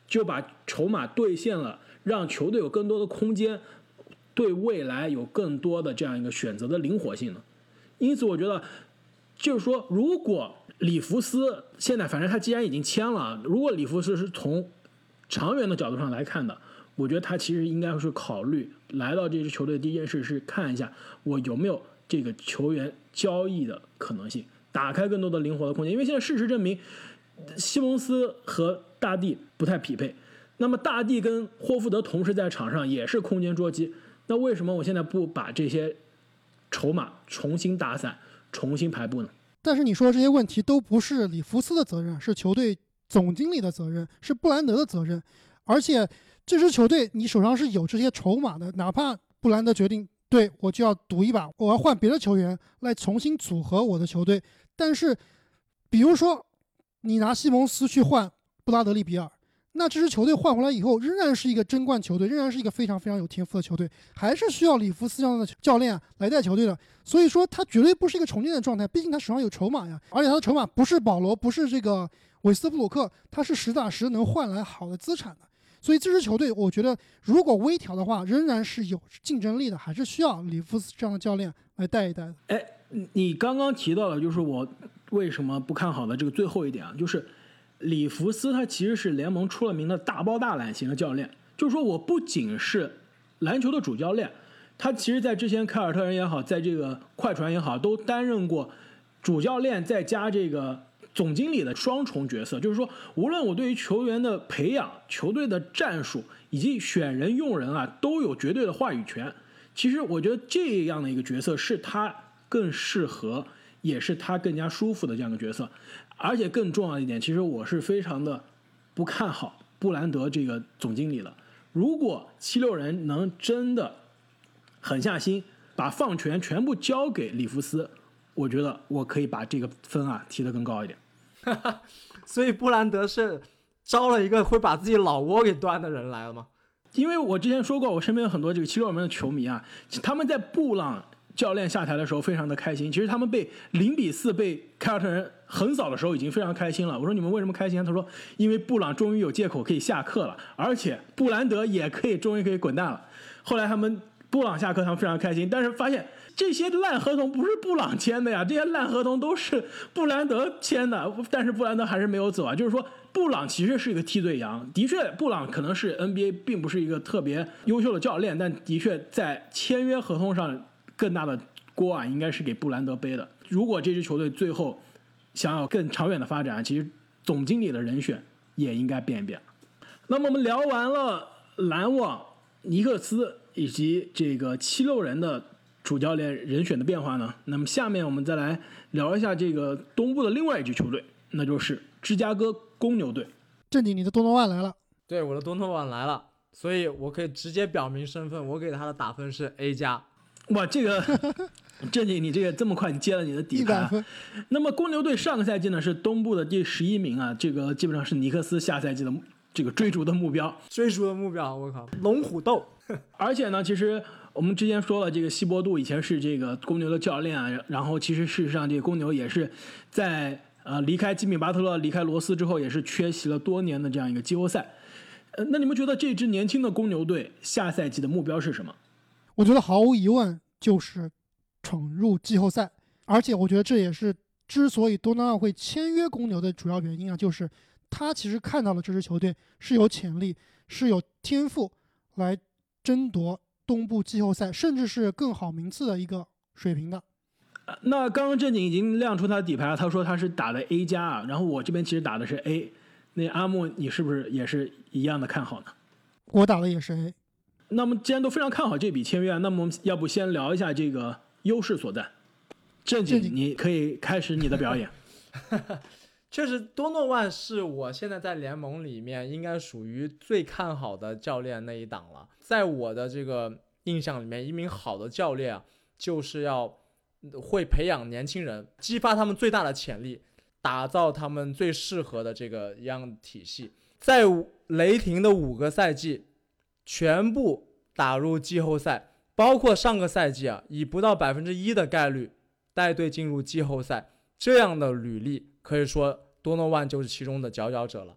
就把筹码兑现了，让球队有更多的空间，对未来有更多的这样一个选择的灵活性呢？因此，我觉得就是说，如果里弗斯现在反正他既然已经签了，如果里弗斯是从长远的角度上来看的，我觉得他其实应该是考虑来到这支球队第一件事是看一下我有没有这个球员交易的可能性，打开更多的灵活的空间。因为现在事实证明，西蒙斯和大帝不太匹配，那么大帝跟霍福德同时在场上也是空间捉鸡，那为什么我现在不把这些筹码重新打散，重新排布呢？ 但是你说的这些问题都不是里弗斯的责任，是球队总经理的责任，是布兰德的责任。而且这支球队你手上是有这些筹码的，哪怕布兰德决定对我就要赌一把，我要换别的球员来重新组合我的球队，但是比如说你拿西蒙斯去换布拉德利比尔，那这支球队换回来以后仍然是一个争冠球队，仍然是一个非常非常有天赋的球队，还是需要里弗斯这样的教练来带球队的。所以说他绝对不是一个重建的状态，毕竟他手上有筹码呀，而且他的筹码不是保罗，不是这个韦斯布鲁克，他是实打实能换来好的资产的。所以这支球队我觉得如果微调的话仍然是有竞争力的，还是需要里弗斯这样的教练来带一带的。 哎，你刚刚提到了就是我为什么不看好的这个最后一点啊，就是里弗斯他其实是联盟出了名的大包大揽型的教练，就是说我不仅是篮球的主教练，他其实在之前凯尔特人也好，在这个快船也好，都担任过主教练再加这个总经理的双重角色。就是说无论我对于球员的培养、球队的战术以及选人用人啊，都有绝对的话语权。其实我觉得这样的一个角色是他更适合，也是他更加舒服的这样一个角色。而且更重要的一点，其实我是非常的不看好布兰德这个总经理的。如果76人能真的狠下心把放权全部交给里弗斯，我觉得我可以把这个分啊提得更高一点。 所以布兰德是招了一个会把自己老窝给端的人来了吗？ 因为我之前说过，我身边有很多这个76人的球迷啊，他们在布朗教练下台的时候非常的开心，其实他们被0-4被凯尔特人横扫的时候已经非常开心了。我说你们为什么开心？他说因为布朗终于有借口可以下课了，而且布兰德也终于可以滚蛋了。后来他们布朗下课，他们非常开心，但是发现这些烂合同不是布朗签的呀，这些烂合同都是布兰德签的，但是布兰德还是没有走啊。就是说布朗其实是一个替罪羊，的确布朗可能是 NBA 并不是一个特别优秀的教练，但的确在签约合同上更大的锅啊应该是给布兰德背的。如果这支球队最后想要更长远的发展，其实总经理的人选也应该变一变。那么我们聊完了篮网、尼克斯以及这个76人的主教练人选的变化呢，那么下面我们再来聊一下这个东部的另外一支球队，那就是芝加哥公牛队。 正经，你的多诺万来了。 对，我的多诺万来了，所以我可以直接表明身份，我给他的打分是 A+。 哇，这个正经，你这么快你接了你的底牌。那么公牛队上个赛季呢是东部的第11名啊，这个基本上是尼克斯下赛季的这个追逐的目标， 我靠，龙虎斗。 而且呢，其实我们之前说了，这个希伯杜以前是这个公牛的教练啊，然后其实事实上这个公牛也是在离开吉米巴特勒、离开罗斯之后，也是缺席了多年的这样一个季后赛。那你们觉得这支年轻的公牛队下赛季的目标是什么？ 我觉得毫无疑问就是闯入季后赛，而且我觉得这也是之所以多纳万会签约公牛的主要原因啊，就是他其实看到了这支球队是有潜力、是有天赋来争夺东部季后赛，甚至是更好名次的一个水平的。 那刚刚正经已经亮出他的底牌了，他说他是打的 A+，然后我这边其实打的是 A。那阿木，你是不是也是一样的看好呢？ 我打的也是 A。 那么既然都非常看好这笔签约，那么我们要不先聊一下这个优势所在。正经，你可以开始你的表演。 确实，多诺万是我现在在联盟里面应该属于最看好的教练那一档了。在我的这个印象里面，一名好的教练啊，就是要会培养年轻人，激发他们最大的潜力，打造他们最适合的这个一样体系。在雷霆的5个赛季全部打入季后赛，包括上个赛季啊，以不到1%的概率带队进入季后赛，这样的履历可以说多诺万就是其中的佼佼者了。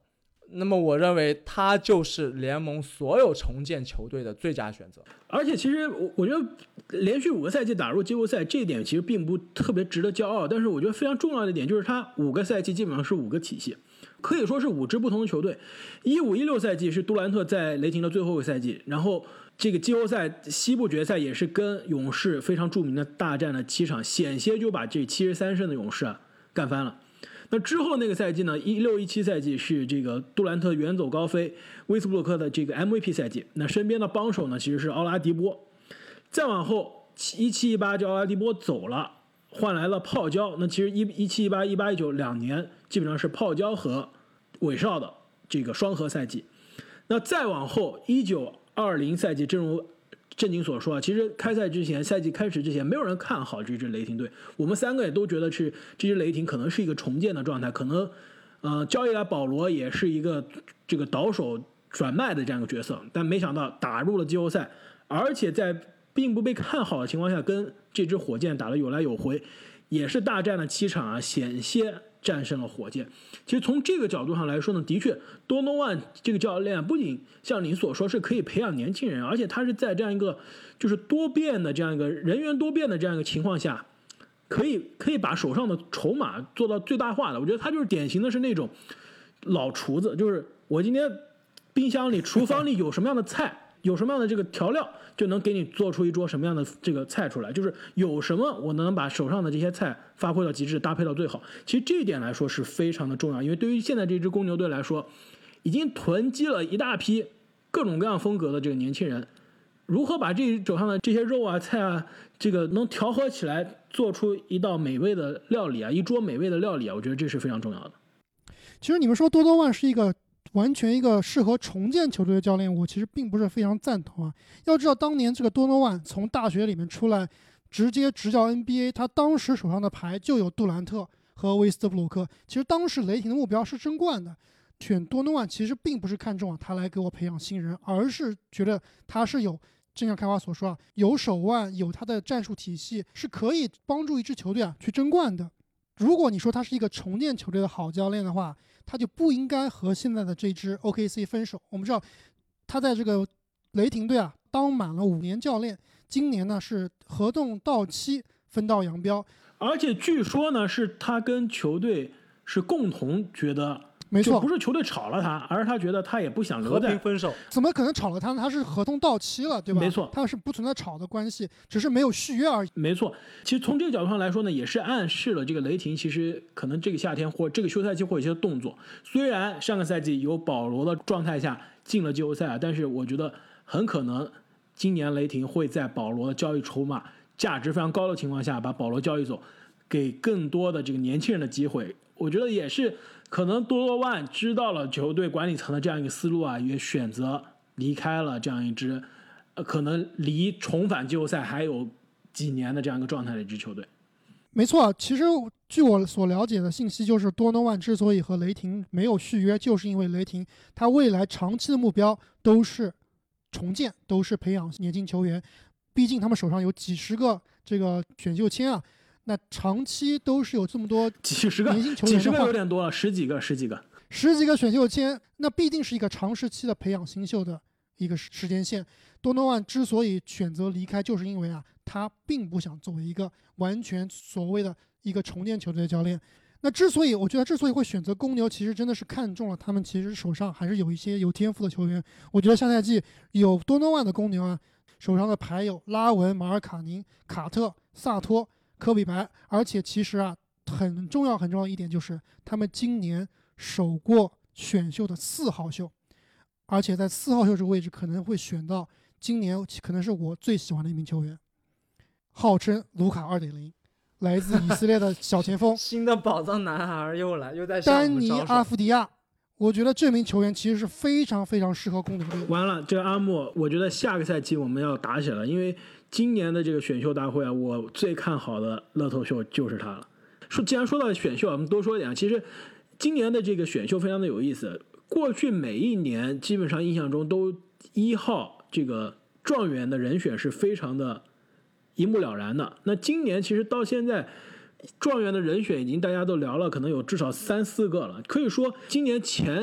那么我认为他就是联盟所有重建球队的最佳选择。 而且其实我觉得连续5个赛季打入季后赛这一点其实并不特别值得骄傲，但是我觉得非常重要的一点就是他5个赛季基本上是5个体系，可以说是5支不同的球队。15-16赛季是杜兰特在雷霆的最后一个赛季，然后这个季后赛西部决赛也是跟勇士非常著名的大战了7场，险些就把这73胜的勇士干翻了。那之后那个赛季呢，16-17赛季是这个杜兰特远走高飞，威斯布鲁克的这个 MVP 赛季，那身边的帮手呢其实是奥拉迪波。再往后17-18就奥拉迪波走了，换来了泡椒。那其实17-18 18-19 2年基本上是泡椒和韦少的这个双核赛季。那再往后19-20赛季，正如正经所说啊，其实赛季开始之前，没有人看好这支雷霆队。我们3个也都觉得是这支雷霆可能是一个重建的状态，可能交易来保罗也是一个这个倒手转卖的这样一个角色，但没想到打入了季后赛，而且在并不被看好的情况下，跟这支火箭打得有来有回，也是大战了7场险些战胜了火箭。其实从这个角度上来说呢，的确多诺万这个教练不仅像你所说是可以培养年轻人，而且他是在这样一个就是多变的这样一个人员多变的这样一个情况下，可以把手上的筹码做到最大化的。我觉得他就是典型的是那种老厨子，就是我今天冰箱里厨房里有什么样的菜，有什么样的这个调料，就能给你做出一桌什么样的这个菜出来，就是有什么我能把手上的这些菜发挥到极致，搭配到最好。其实这一点来说是非常的重要，因为对于现在这支公牛队来说，已经囤积了一大批各种各样风格的这个年轻人，如何把这手上的这些肉啊菜啊这个能调和起来，做出一道美味的料理啊，一桌美味的料理啊，我觉得这是非常重要的。 其实你们说多多万是完全一个适合重建球队的教练，我其实并不是非常赞同啊。要知道当年这个多诺万从大学里面出来，直接执教 NBA， 他当时手上的牌就有杜兰特和威斯布鲁克。其实当时雷霆的目标是争冠的，选多诺万其实并不是看中他来给我培养新人，而是觉得他是有，正像开华所说有手腕，有他的战术体系，是可以帮助一支球队去争冠的。如果你说他是一个重建球队的好教练的话，他就不应该和现在的这支 OKC 分手。我们知道他在这个雷霆队当满了5年教练，今年呢是合同到期分道扬镳， 而且据说呢是他跟球队是共同觉得， 没错， 不是球队炒了他，而是他觉得他也不想留在， 和平分手。 怎么可能炒了他呢？他是合同到期了，对吧？ 没错， 他是不存在炒的关系，只是没有续约而已。 没错，其实从这个角度上来说呢，也是暗示了这个雷霆其实可能这个夏天或这个休赛期会有一些动作。虽然上个赛季有保罗的状态下进了季后赛，但是我觉得很可能今年雷霆会在保罗的交易筹码价值非常高的情况下，把保罗交易走，给更多的这个年轻人的机会。我觉得也是可能多诺万知道了球队管理层的这样一个思路也选择离开了这样一支可能离重返季后赛还有几年的这样一个状态的一支球队。 没错，其实据我所了解的信息，就是多诺万之所以和雷霆没有续约，就是因为雷霆他未来长期的目标都是重建，都是培养年轻球员。毕竟他们手上有几十个这个选秀签那长期都是有这么多几十个年轻球员的话， 几十个有点多了，十几个选秀签，那必定是一个长时期的培养新秀的一个时间线。多诺万之所以选择离开，就是因为他并不想作为一个完全所谓的一个重建球队的教练。那我觉得之所以会选择公牛，其实真的是看中了他们其实手上还是有一些有天赋的球员。我觉得下赛季有多诺万的公牛手上的牌有拉文、马尔卡宁、卡特、萨托、科比白，而且其实很重要一点就是他们今年守过选秀的4号秀，而且在4号秀这个位置可能会选到今年可能是我最喜欢的一名球员，号称卢卡 2.0， 来自以色列的小前锋新的宝藏男孩又在丹尼阿夫迪亚。我觉得这名球员其实是非常非常适合公牛队。 完了，这个阿莫，我觉得下个赛季我们要打起来了，因为今年的这个选秀大会我最看好的乐透秀就是他了。既然说到选秀我们多说一点其实今年的这个选秀非常的有意思。过去每一年基本上印象中都1号这个状元的人选是非常的一目了然的。那今年其实到现在状元的人选已经大家都聊了，可能有至少3-4个了。可以说今年前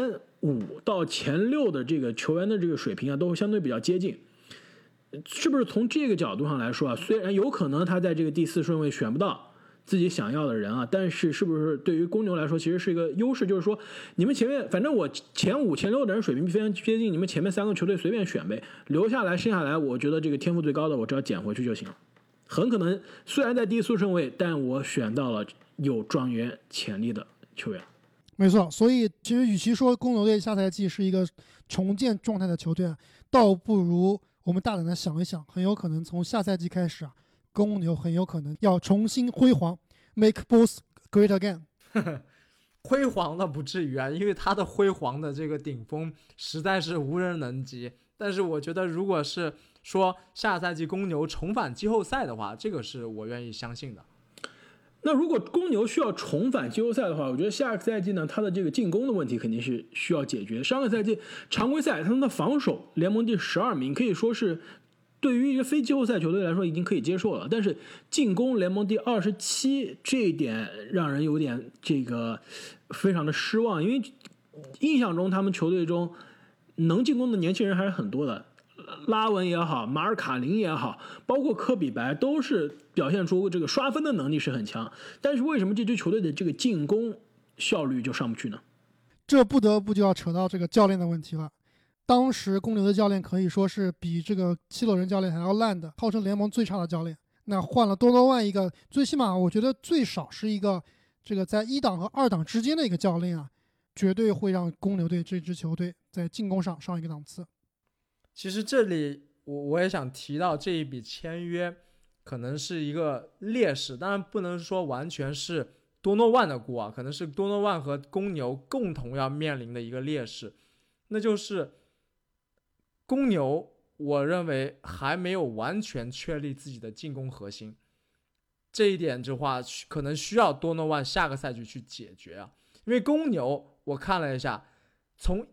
5到前6的这个球员的这个水平啊，都相对比较接近。是不是从这个角度上来说啊，虽然有可能他在这个第4顺位选不到自己想要的人啊，但是是不是对于公牛来说其实是一个优势？就是说你们前面反正我前5前6的人水平非常接近，你们前面3个球队随便选呗，留下来剩下来，我觉得这个天赋最高的我只要捡回去就行了。很可能虽然在第4顺位，但我选到了有状元潜力的球员。 没错，所以其实与其说公牛队下赛季是一个重建状态的球队，倒不如我们大胆的想一想，很有可能从下赛季开始啊，公牛很有可能要重新辉煌 ，make Bulls great again 。 辉煌的不至于啊，因为他的辉煌的这个顶峰实在是无人能及。但是我觉得，如果是说下赛季公牛重返季后赛的话，这个是我愿意相信的。 那如果公牛需要重返季后赛的话，我觉得下个赛季呢，他的这个进攻的问题肯定是需要解决。上个赛季常规赛他们的防守联盟第12名，可以说是对于一个非季后赛球队来说已经可以接受了，但是进攻联盟第27，这一点让人有点这个非常的失望，因为印象中他们球队中能进攻的年轻人还是很多的。拉文也好，马尔卡林也好，包括科比白，都是表现出这个刷分的能力是很强，但是为什么这支球队的这个进攻效率就上不去呢？ 这不得不就要扯到这个教练的问题了。当时公牛的教练可以说是比这个七六人教练还要烂的，号称联盟最差的教练。那换了多诺万一个，最起码我觉得最少是一个这个在1档和2档之间的一个教练啊，绝对会让公牛队这支球队在进攻上上一个档次。 其实这里我也想提到，这一笔签约可能是一个劣势，当然不能说完全是多诺万的锅啊，可能是多诺万和公牛共同要面临的一个劣势，那就是公牛我认为还没有完全确立自己的进攻核心，这一点的话可能需要多诺万下个赛季去解决啊。因为公牛我看了一下，从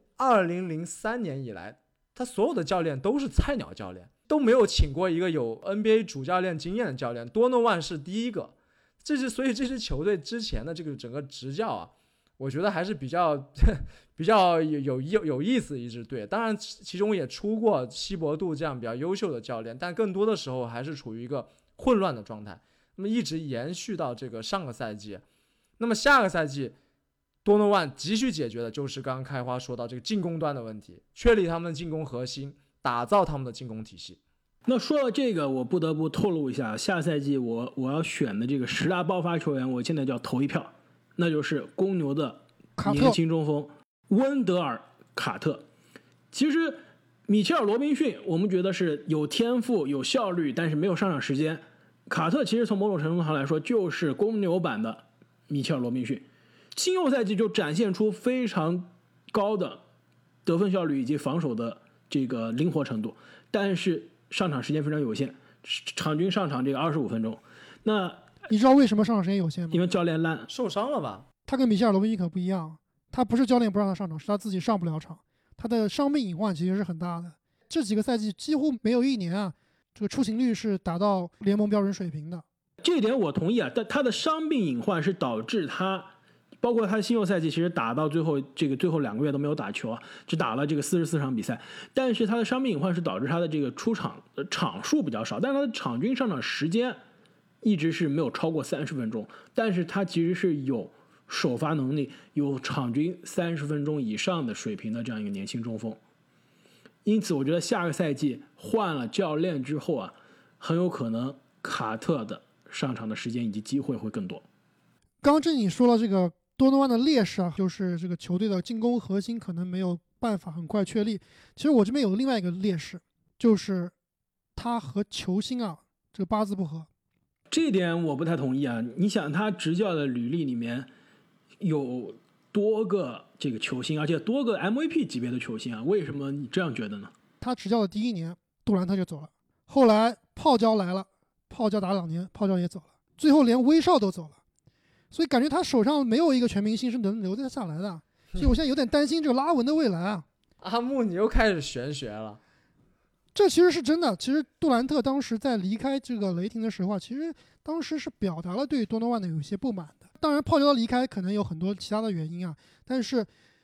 2003年以来，他所有的教练都是菜鸟教练，都没有请过一个有 NBA 主教练经验的教练，多诺万是第一个。所以这支球队之前的这个整个执教啊，我觉得还是比较有意思的一支队。当然其中也出过希伯杜这样比较优秀的教练，但更多的时候还是处于一个混乱的状态，那么一直延续到这个上个赛季。那么下个赛季多诺万急需解决的就是刚刚开花说到这个进攻端的问题，确立他们的进攻核心，打造他们的进攻体系。 那说到这个，我不得不透露一下，下赛季我要选的这个10大爆发球员，我现在就要投一票，那就是公牛的年轻中锋温德尔·卡特。其实米切尔·罗宾逊我们觉得是有天赋有效率，但是没有上场时间。卡特其实从某种程度上来说就是公牛版的米切尔·罗宾逊，新秀赛季就展现出非常高的得分效率以及防守的这个灵活程度，但是上场时间非常有限，场均上场这个25分钟。那你知道为什么上场时间有限吗？ 因为教练烂， 受伤了吧？ 他跟米切尔·罗宾逊可不一样，他不是教练不让他上场，是他自己上不了场，他的伤病隐患其实是很大的。这几个赛季几乎没有一年啊，这个出勤率是达到联盟标准水平的。 这一点我同意啊，但他的伤病隐患是导致他，包括他新秀赛季其实打到最后2个月都没有打球啊，只打了这个44场比赛，但是他的伤病隐患是导致他的这个出场场数比较少，但是他的场均上场时间一直是没有超过30分钟，但是他其实是有首发能力，有场均30分钟以上的水平的这样一个年轻中锋。因此我觉得下个赛季换了教练之后啊，很有可能卡特的上场的时间以及机会会更多。 刚刚你说了这个多诺万的劣势啊，就是这个球队的进攻核心可能没有办法很快确立。其实我这边有另外一个劣势，就是他和球星啊这个八字不合。 这一点我不太同意啊！你想他执教的履历里面有多个这个球星，而且多个 MVP 级别的球星啊，为什么你这样觉得呢？ 他执教的第1年，杜兰特就走了，后来泡椒来了，泡椒打2年，泡椒也走了，最后连威少都走了，所以感觉他手上没有一个全明星是能留得下来的，所以我现在有点担心这个拉文的未来啊。 阿木，你又开始玄学了。 这其实是真的。其实杜兰特当时在离开这个雷霆的时候，其实当时是表达了对多诺万的有些不满的。当然，泡椒的离开可能有很多其他的原因啊，但是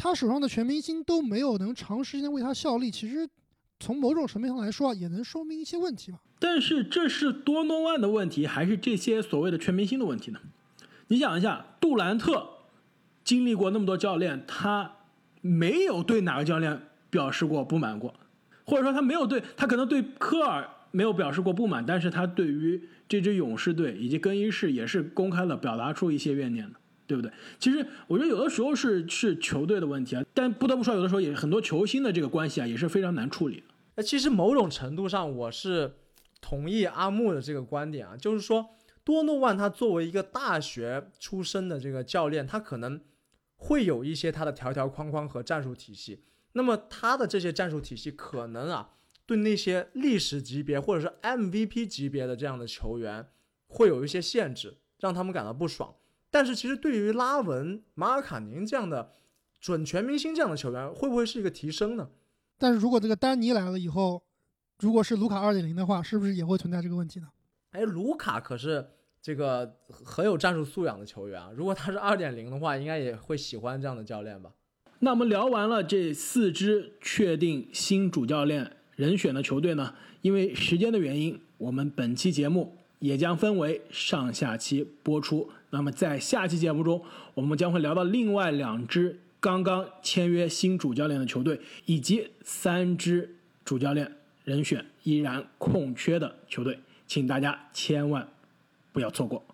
他手上的全明星都没有能长时间为他效力，其实从某种层面上来说也能说明一些问题吧。 但是这是多诺万的问题，还是这些所谓的全明星的问题呢？你想一下，杜兰特经历过那么多教练，他没有对哪个教练表示过不满过，或者说他可能对科尔没有表示过不满，但是他对于这支勇士队以及更衣室也是公开的表达出一些怨念的，对不对？其实我觉得有的时候是球队的问题啊，但不得不说，有的时候也很多球星的这个关系啊也是非常难处理的。 其实某种程度上我是同意阿木的这个观点啊，就是说多诺万他作为一个大学出身的这个教练，他可能会有一些他的条条框框和战术体系，那么他的这些战术体系可能啊对那些历史级别或者是 MVP 级别的这样的球员会有一些限制，让他们感到不爽。但是其实对于拉文、马尔卡宁这样的准全明星这样的球员，会不会是一个提升呢？ 但是如果这个丹尼来了以后，如果是卢卡 2.0 的话，是不是也会存在这个问题呢？ 卢卡可是这个很有战术素养的球员啊，如果他是 2.0 的话，应该也会喜欢这样的教练吧。 那我们聊完了这4支确定新主教练人选的球队呢，因为时间的原因，我们本期节目也将分为上下期播出。那么在下期节目中，我们将会聊到另外2支刚刚签约新主教练的球队，以及3支主教练人选依然空缺的球队，请大家千万不要错过。